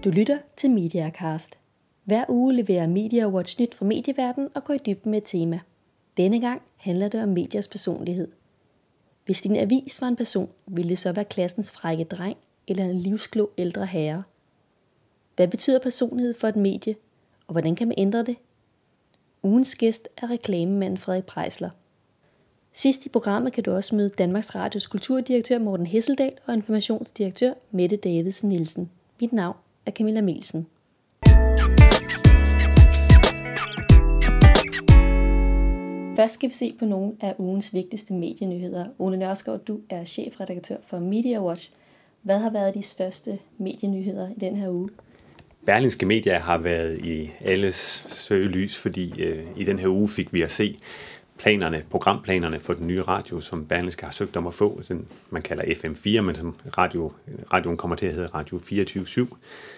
Du lytter til Mediacast. Hver uge leverer Media Watch nyt fra medieverdenen og går i dybden med et tema. Denne gang handler det om mediers personlighed. Hvis din avis var en person, ville det så være klassens frække dreng eller en livsklog ældre herre? Hvad betyder personlighed for et medie, og hvordan kan man ændre det? Ugens gæst er reklamemanden Frederik Preisler. Sidst i programmet kan du også møde Danmarks Radios kulturdirektør Morten Hesseldal og informationsdirektør Mette Davidsen Nielsen. Mit navn er Camilla Melsen. Først skal vi se på nogle af ugens vigtigste medienyheder. Ole Nørskov, du er chefredaktør for Media Watch. Hvad har været de største medienyheder i den her uge? Berlingske Media har været i alles søgelys, fordi i den her uge fik vi at se programplanerne for den nye radio, som Berlingske har søgt om at få. Man kalder FM4, men som radioen kommer til at hedde Radio 24/7.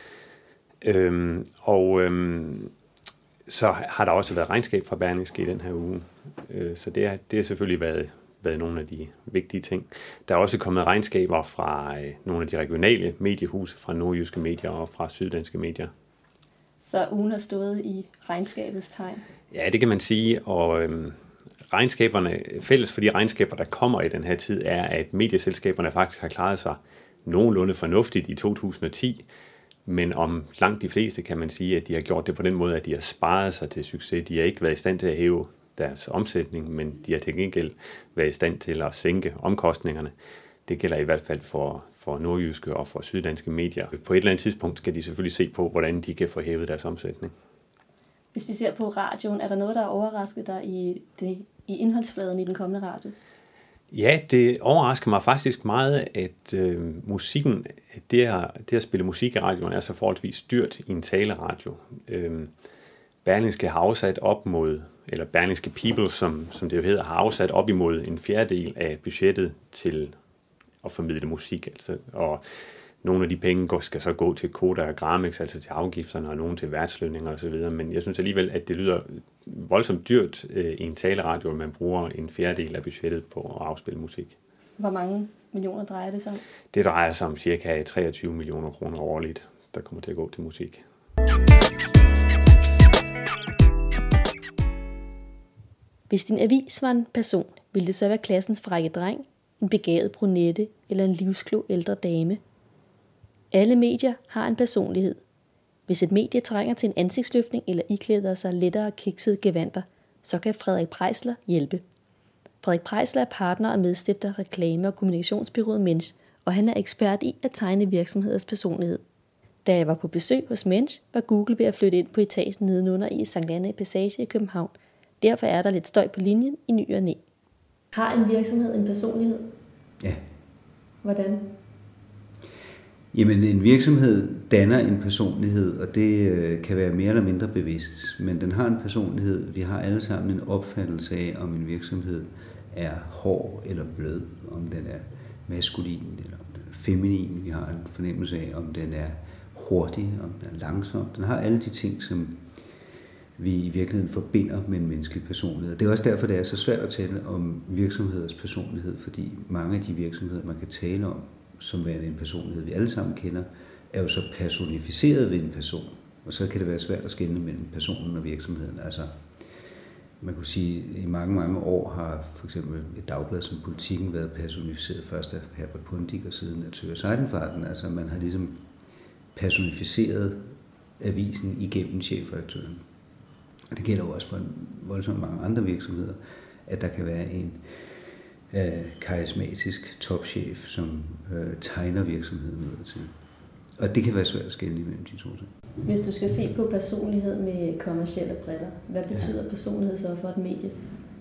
Så har der også været regnskab fra Berlingske i den her uge. Så det har selvfølgelig været nogle af de vigtige ting. Der er også kommet regnskaber fra nogle af de regionale mediehuse, fra nordjyske medier og fra syddanske medier. Så ugen har stået i regnskabets tegn? Ja, det kan man sige, og regnskaberne, fælles for de regnskaber, der kommer i den her tid, er, at medieselskaberne faktisk har klaret sig nogenlunde fornuftigt i 2010, men om langt de fleste kan man sige, at de har gjort det på den måde, at de har sparet sig til succes. De har ikke været i stand til at hæve deres omsætning, men de har til gengæld været i stand til at sænke omkostningerne. Det gælder i hvert fald for nordjyske og for syddanske medier. På et eller andet tidspunkt skal de selvfølgelig se på, hvordan de kan få hævet deres omsætning. Hvis vi ser på radioen, er der noget, der er overrasket dig i indholdsfladen i den kommende radio? Ja, det overrasker mig faktisk meget, at musikken, det at spille musik i radioen er så forholdsvis dyrt i en taleradio. Berlingske har afsat op mod, eller Berlingske People, som det jo hedder, har afsat op imod en fjerdedel af budgettet til at formidle musik. Altså, og nogle af de penge skal så gå til Koda og Gramex, altså til afgifterne, og nogle til værtslønninger osv. Men jeg synes alligevel, at det lyder voldsomt dyrt i en taleradio, at man bruger en fjerdedel af budgettet på at afspille musik. Hvor mange millioner drejer det sig om? Det drejer sig om ca. 23 millioner kroner årligt, der kommer til at gå til musik. Hvis din avis var en person, ville det så være klassens frække dreng, en begavet brunette eller en livsklog ældre dame? Alle medier har en personlighed. Hvis et medie trænger til en ansigtsløftning eller iklæder sig lettere kiksede gevanter, så kan Frederik Preisler hjælpe. Frederik Preisler er partner og medstifter reklame- og kommunikationsbyrået Mensch, og han er ekspert i at tegne virksomheders personlighed. Da jeg var på besøg hos Mensch, var Google ved at flytte ind på etagen nedenunder i Sankt Anna Passage i København. Derfor er der lidt støj på linjen i ny og næ. Har en virksomhed en personlighed? Ja. Hvordan? Jamen, en virksomhed danner en personlighed, og det kan være mere eller mindre bevidst. Men den har en personlighed. Vi har alle sammen en opfattelse af, om en virksomhed er hård eller blød, om den er maskulin eller om den er feminin. Vi har en fornemmelse af, om den er hurtig, om den er langsom. Den har alle de ting, som vi i virkeligheden forbinder med en menneskelig personlighed. Det er også derfor, det er så svært at tale om virksomheders personlighed, fordi mange af de virksomheder, man kan tale om, som værende en personlighed, vi alle sammen kender, er jo så personificeret ved en person. Og så kan det være svært at skelne mellem personen og virksomheden. Altså, man kunne sige, at i mange, mange år har for eksempel et dagblad som Politiken været personificeret først af Herbert Pundik og siden af Thøger Seidenfarten. Altså, man har ligesom personificeret avisen igennem chefredaktøren. Og det gælder jo også for voldsomt mange andre virksomheder, at der kan være en karismatisk topchef, som tegner virksomheden ud til. Og det kan være svært at skelne imellem de to ting. Hvis du skal se på personlighed med kommercielle briller, hvad betyder personlighed så for et medie?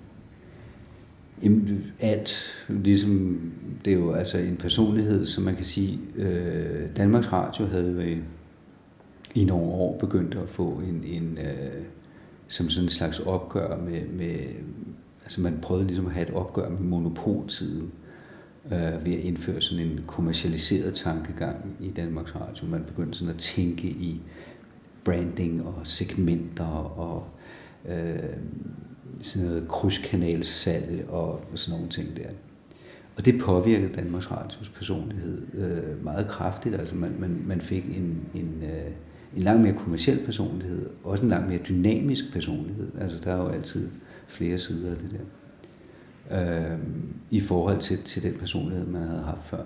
Jamen, alt. Ligesom, det er jo altså en personlighed, som man kan sige, Danmarks Radio havde i nogle år begyndt at få som sådan en slags opgør med altså man prøvede ligesom at have et opgør med monopoltiden ved at indføre sådan en kommercialiseret tankegang i Danmarks Radio. Man begyndte sådan at tænke i branding og segmenter og sådan noget krydskanalsalg og sådan nogle ting der. Og det påvirkede Danmarks Radios personlighed meget kraftigt. Altså man fik en langt mere kommerciel personlighed, også en langt mere dynamisk personlighed. Altså der er jo altid flere sider af det der. I forhold til den personlighed, man havde haft før.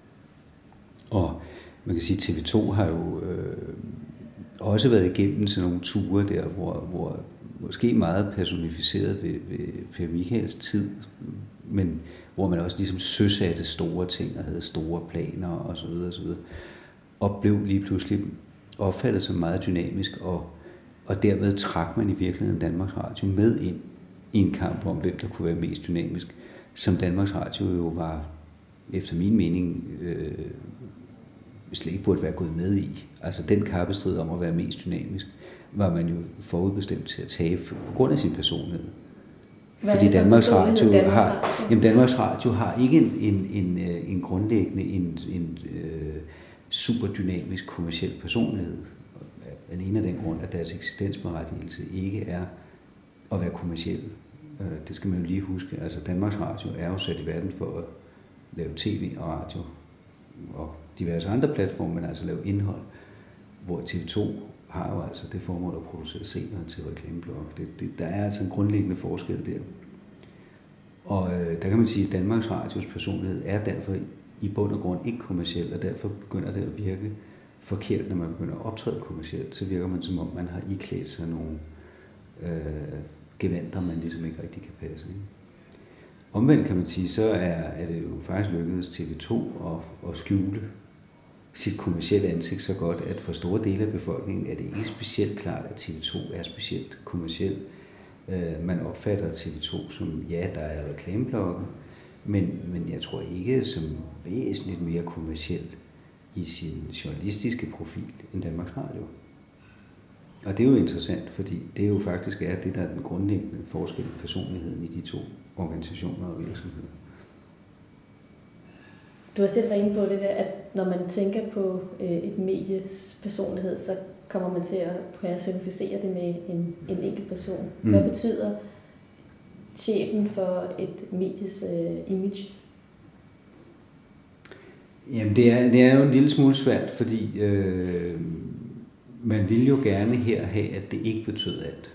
Og man kan sige, at TV2 har jo også været igennem sådan nogle ture der, hvor måske meget personificeret ved Per Michaels tid, men hvor man også ligesom søsatte store ting og havde store planer og så videre, og blev lige pludselig opfattet som meget dynamisk, og dermed trak man i virkeligheden Danmarks Radio med ind i en kamp om, hvem der kunne være mest dynamisk, som Danmarks Radio jo var, efter min mening, slet ikke burde være gået med i. Altså den kappestrid om at være mest dynamisk, var man jo forudbestemt til at tabe på grund af sin personlighed. Fordi Danmarks Radio har ikke en grundlæggende en super dynamisk kommerciel personlighed. Alene af den grund, at deres eksistensberettigelse ikke er at være kommerciel. Det skal man jo lige huske. Altså Danmarks Radio er jo sat i verden for at lave tv og radio og diverse andre platforme, men altså lave indhold, hvor TV2 har jo altså det formål at producere scener til reklameblok. Der er altså en grundlæggende forskel der. Og der kan man sige, at Danmarks Radios personlighed er derfor i bund og grund ikke kommerciel, og derfor begynder det at virke forkert, når man begynder at optræde kommercielt. Så virker man som om, man har iklædt sig nogle gevanter, man ligesom ikke rigtig kan passe. Ikke? Omvendt kan man sige, så er det jo faktisk lykkedes TV2 at skjule sit kommercielle ansigt så godt, at for store dele af befolkningen er det ikke specielt klart, at TV2 er specielt kommerciel. Man opfatter TV2 som, ja, der er reklameblokken, men jeg tror ikke som væsentligt mere kommerciel i sin journalistiske profil end Danmarks Radio. Og det er jo interessant, fordi det jo faktisk er det, der er den grundlæggende forskel i personligheden i de to organisationer og virksomheder. Du har selv været inde på det der, at når man tænker på et medies personlighed, så kommer man til at personificere det med en enkelt person. Hvad betyder chefen for et medies image? Jamen det er jo en lille smule svært, fordi man vil jo gerne her have, at det ikke betød alt.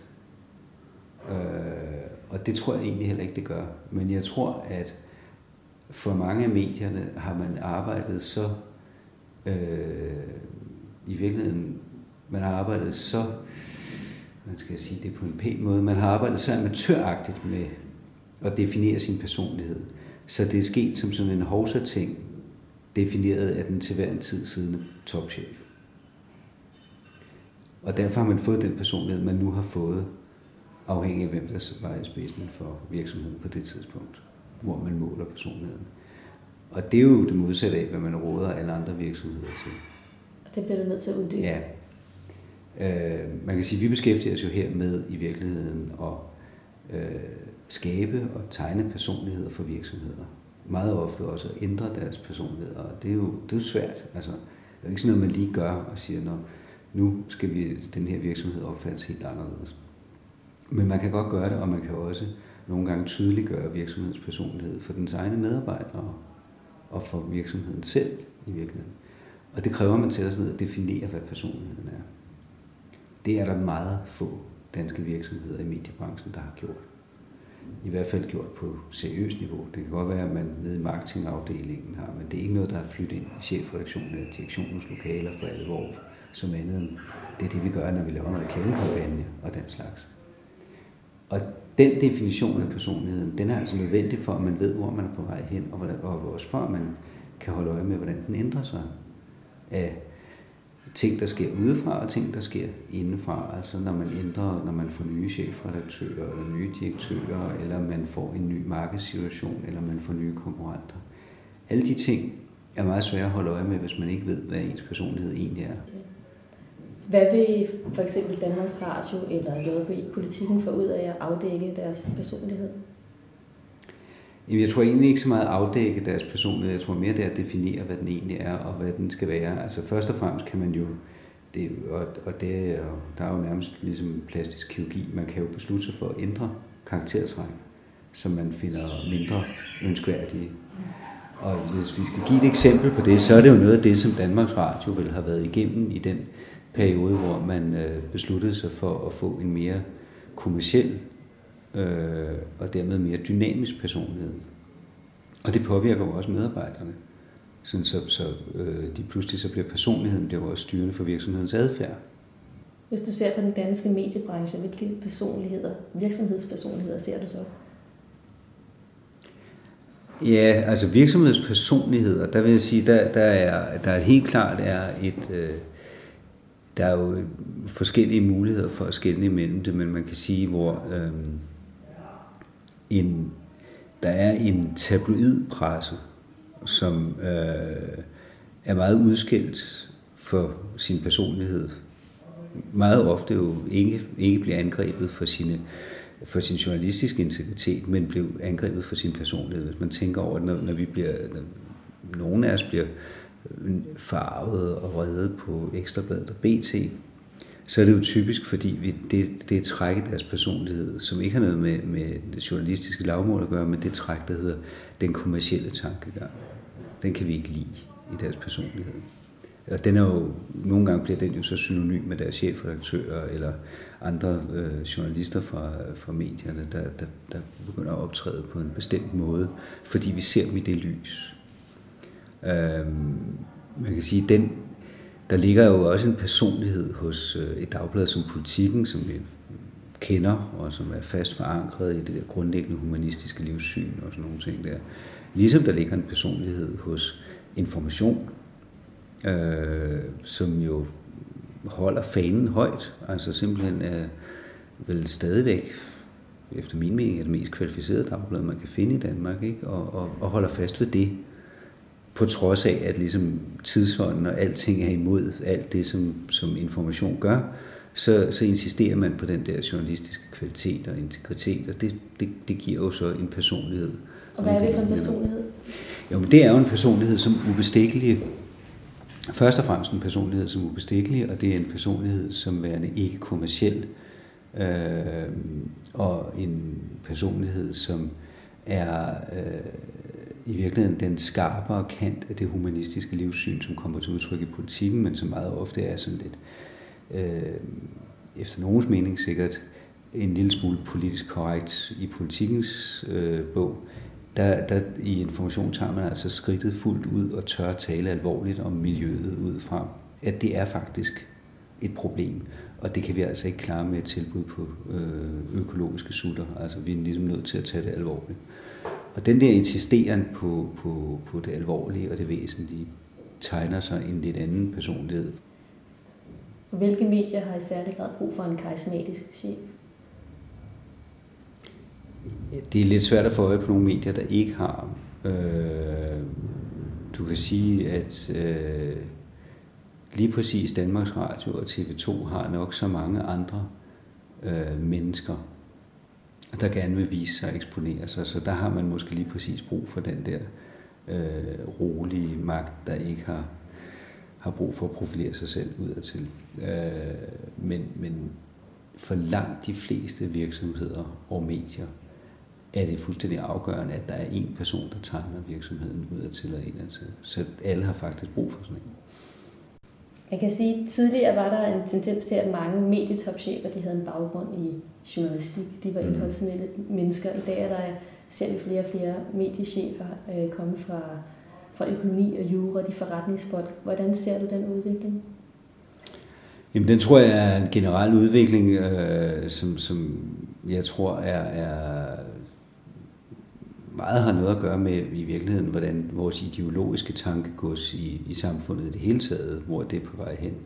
Og det tror jeg egentlig heller ikke, det gør. Men jeg tror, at for mange af medierne har man arbejdet så, i virkeligheden, man har arbejdet så, hvordan skal jeg sige det på en pæn måde, man har arbejdet så amatøragtigt med at definere sin personlighed. Så det er sket som sådan en hovsating, defineret af den til hver en tid siddende topchef. Og derfor har man fået den personlighed, man nu har fået, afhængig af hvem der var i spidsen for virksomheden på det tidspunkt, hvor man måler personligheden. Og det er jo det modsatte af, hvad man råder alle andre virksomheder til. Og det bliver du nødt til at uddybe. Ja. Man kan sige, at vi beskæftiger os jo her med i virkeligheden at skabe og tegne personligheder for virksomheder. Meget ofte også at ændre deres personligheder, og det er jo svært. Altså, det er ikke sådan noget, man lige gør og siger, nu skal den her virksomhed opfattes helt anderledes. Men man kan godt gøre det, og man kan også nogle gange tydeliggøre virksomhedens personlighed for dens egne medarbejdere og for virksomheden selv i virkeligheden. Og det kræver, at man sætter sig ned og definerer, hvad personligheden er. Det er der meget få danske virksomheder i mediebranchen, der har gjort. I hvert fald gjort på seriøst niveau. Det kan godt være, at man nede i marketingafdelingen har, men det er ikke noget, der er flyttet ind i chefredaktionen eller direktionens lokaler for alvor, som andet end det er det, vi gør, når vi laver en reklamekampagne og den slags. Og den definition af personligheden, den er altså nødvendig for, at man ved, hvor man er på vej hen, og også for, at man kan holde øje med, hvordan den ændrer sig af ting, der sker udefra, og ting, der sker indefra. Altså når man får nye chefredaktører, eller nye direktører, eller man får en ny markedssituation, eller man får nye konkurrenter. Alle de ting er meget svære at holde øje med, hvis man ikke ved, hvad ens personlighed egentlig er. Hvad vil for eksempel Danmarks Radio eller JP-politikken få ud af at afdække deres personlighed? Jeg tror egentlig ikke så meget at afdække deres personlighed. Jeg tror mere, det er at definere, hvad den egentlig er, og hvad den skal være. Altså først og fremmest kan man jo, der er jo nærmest ligesom plastisk kirurgi, man kan jo beslutte sig for at ændre karaktertræk, som man finder mindre ønskværdige. Og hvis vi skal give et eksempel på det, så er det jo noget af det, som Danmarks Radio vel har været igennem i den periode, hvor man besluttede sig for at få en mere kommerciel og dermed mere dynamisk personlighed. Og det påvirker jo også medarbejderne. Sådan så de pludselig så bliver personligheden jo også styrende for virksomhedens adfærd. Hvis du ser på den danske mediebranche, hvilke virksomhedspersonligheder ser du så? Ja, altså virksomhedspersonligheder, der vil jeg sige, der er helt klart der er jo forskellige muligheder for at skelne imellem det, men man kan sige, hvor der er en tabloidpresse, som er meget udskilt for sin personlighed. Meget ofte jo ikke bliver angrebet for sin journalistiske integritet, men blev angrebet for sin personlighed. Hvis man tænker over det, når nogle af os bliver farvet og vredet på Ekstrabladet og BT, så er det jo typisk, fordi det er træk i deres personlighed, som ikke har noget med det journalistiske lavmål at gøre, men det træk, der hedder den kommercielle tankegang. Den kan vi ikke lide i deres personlighed. Og den er jo, nogle gange bliver den jo så synonym med deres chefredaktører eller andre journalister fra medierne, der begynder at optræde på en bestemt måde, fordi vi ser dem i det lys. Man kan sige, der ligger jo også en personlighed hos et dagblad som Politiken, som vi kender, og som er fast forankret i det der grundlæggende humanistiske livssyn og sådan nogle ting der. Ligesom der ligger en personlighed hos Information, som jo holder fanen højt, altså simpelthen er vel stadigvæk, efter min mening, er det mest kvalificerede dagblad, man kan finde i Danmark, ikke? Og holder fast ved det, på trods af, at ligesom tidsånden og alting er imod alt det, som Information gør, så insisterer man på den der journalistiske kvalitet og integritet, og det giver jo så en personlighed. Og hvad er det for en personlighed? Jo, men det er jo en personlighed som ubestikkelig. Først og fremmest en personlighed som ubestikkelig, og det er en personlighed som værende ikke kommerciel, og en personlighed som er i virkeligheden den skarpere kant af det humanistiske livssyn, som kommer til udtryk i Politiken, men som meget ofte er sådan lidt, efter nogens mening sikkert, en lille smule politisk korrekt. I Politikens bog, der i Information tager man altså skridtet fuldt ud og tør tale alvorligt om miljøet ud fra, at det er faktisk et problem, og det kan vi altså ikke klare med et tilbud på økologiske sutter. Altså vi er ligesom nødt til at tage det alvorligt. Og den der insisteren på det alvorlige og det væsentlige tegner sig en lidt anden personlighed. Hvilke medier har i særlig grad brug for en karismatisk chef? Det er lidt svært at få øje på nogle medier, der ikke har. Du kan sige, at lige præcis Danmarks Radio og TV2 har nok så mange andre mennesker, der gerne vil vise sig og eksponere sig. Så der har man måske lige præcis brug for den der rolige magt, der ikke har brug for at profilere sig selv udadtil. Men for langt de fleste virksomheder og medier er det fuldstændig afgørende, at der er en person, der tegner virksomheden udadtil og indadtil. Så alle har faktisk brug for sådan en. Jeg kan sige, at tidligere var der en tendens til, at mange medietopchefer de havde en baggrund i journalistik. De var indholdsmennesker. I dag ser vi flere og flere mediechefer komme fra økonomi og jura, de forretningsfolk. Hvordan ser du den udvikling? Jamen, den tror jeg er en generel udvikling, som jeg tror er meget har noget at gøre med i virkeligheden, hvordan vores ideologiske tankegods i samfundet i det hele taget, hvor det er på vej hen.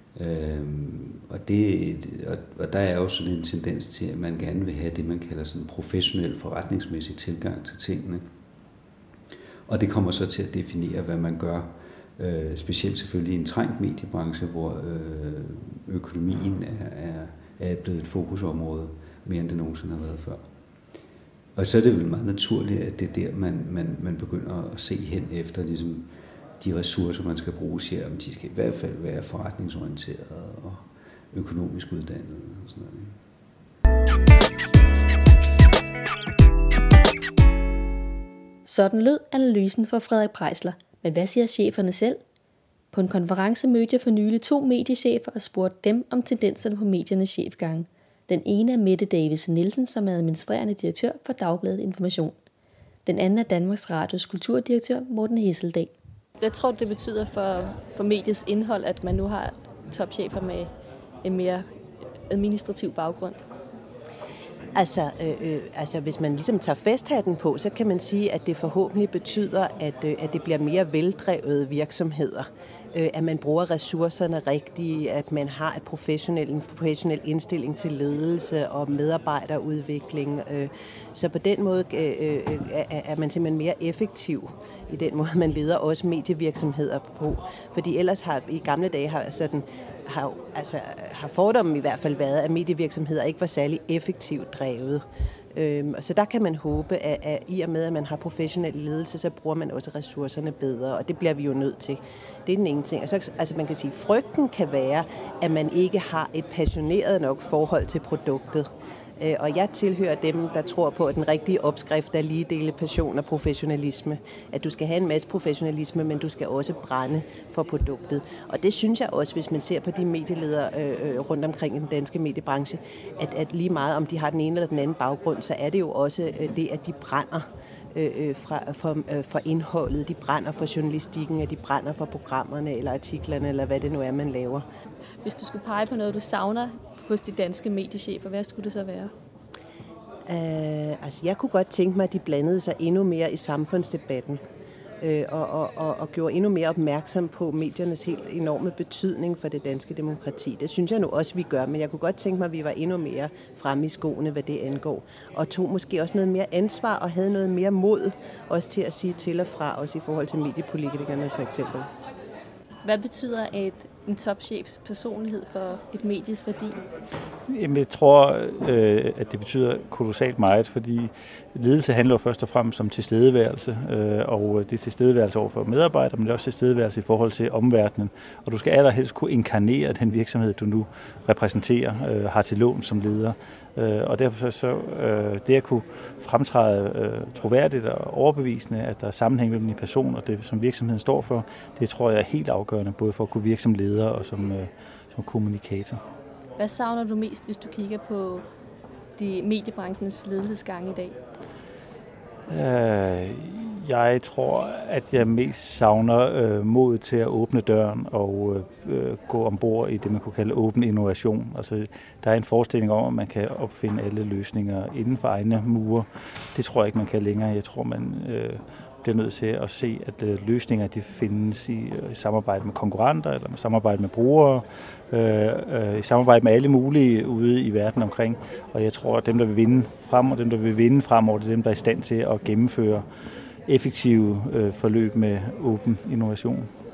Og der er jo sådan en tendens til, at man gerne vil have det, man kalder sådan en professionel forretningsmæssig tilgang til tingene. Og det kommer så til at definere, hvad man gør, specielt selvfølgelig i en trængt mediebranche, hvor økonomien er blevet et fokusområde mere end det nogensinde har været før. Og så er det vel meget naturligt, at det er der, man begynder at se hen efter ligesom de ressourcer, man skal bruge her, om de skal i hvert fald være forretningsorienterede og økonomisk uddannede og sådan noget. Sådan lød analysen fra Frederik Preisler. Men hvad siger cheferne selv? På en konference mødte jeg for nylig 2 mediechefer og spurgte dem om tendenserne på mediernes chefgange. Den ene er Mette Davidsen Nielsen, som er administrerende direktør for Dagbladet Information. Den anden er Danmarks Radios kulturdirektør Morten Hesseldal. Hvad tror du, det betyder for mediets indhold, at man nu har topchefer med en mere administrativ baggrund? Altså, hvis man ligesom tager festhatten på, så kan man sige, at det forhåbentlig betyder, at det bliver mere veldrevede virksomheder. At man bruger ressourcerne rigtigt, at man har en professionel indstilling til ledelse og medarbejderudvikling. Så på den måde er man simpelthen mere effektiv i den måde, man leder også medievirksomheder på. Fordi ellers i gamle dage har fordommen i hvert fald været, at medievirksomheder ikke var særlig effektivt drevet. Så der kan man håbe, at i og med, at man har professionel ledelse, så bruger man også ressourcerne bedre, og det bliver vi jo nødt til. Det er den ene ting. Altså man kan sige, at frygten kan være, at man ikke har et passioneret nok forhold til produktet. Og jeg tilhører dem, der tror på, at den rigtige opskrift er lige dele passion og professionalisme. At du skal have en masse professionalisme, men du skal også brænde for produktet. Og det synes jeg også, hvis man ser på de medieledere rundt omkring i den danske mediebranche, at lige meget om de har den ene eller den anden baggrund, så er det jo også det, at de brænder for indholdet, de brænder for journalistikken, at de brænder for programmerne eller artiklerne, eller hvad det nu er, man laver. Hvis du skulle pege på noget, du savner hos de danske mediechefer, hvad skulle det så være? Jeg kunne godt tænke mig, at de blandede sig endnu mere i samfundsdebatten og gjorde endnu mere opmærksom på mediernes helt enorme betydning for det danske demokrati. Det synes jeg nu også, vi gør, men jeg kunne godt tænke mig, at vi var endnu mere fremme i skoene, hvad det angår. Og tog måske også noget mere ansvar og havde noget mere mod også til at sige til og fra, også i forhold til mediepolitikerne for eksempel. Hvad betyder en topchefs personlighed for et medies værdi? Jamen, jeg tror, at det betyder kolossalt meget, fordi ledelse handler først og fremmest om tilstedeværelse, og det er tilstedeværelse over for medarbejdere, men det er også tilstedeværelse i forhold til omverdenen. Og du skal allerhelst kunne inkarnere den virksomhed, du nu repræsenterer, har til lån som leder. Og derfor så det at kunne fremtræde troværdigt og overbevisende, at der er sammenhæng mellem de personer og det, som virksomheden står for, det tror jeg er helt afgørende, både for at kunne virke som leder og som kommunikator. Hvad savner du mest, hvis du kigger på de mediebranchens ledelsesgange i dag? Jeg tror, at jeg mest savner mod til at åbne døren og gå ombord i det, man kunne kalde åben innovation. Altså, der er en forestilling om, at man kan opfinde alle løsninger inden for egne mure. Det tror jeg ikke, man kan længere. Jeg tror, man bliver nødt til at se, at løsninger de findes i samarbejde med konkurrenter eller med samarbejde med brugere, i samarbejde med alle mulige ude i verden omkring. Og jeg tror, at dem, der vil vinde frem, og dem, der vil vinde fremover, det er dem, der er i stand til at gennemføre effektive forløb med åben innovation.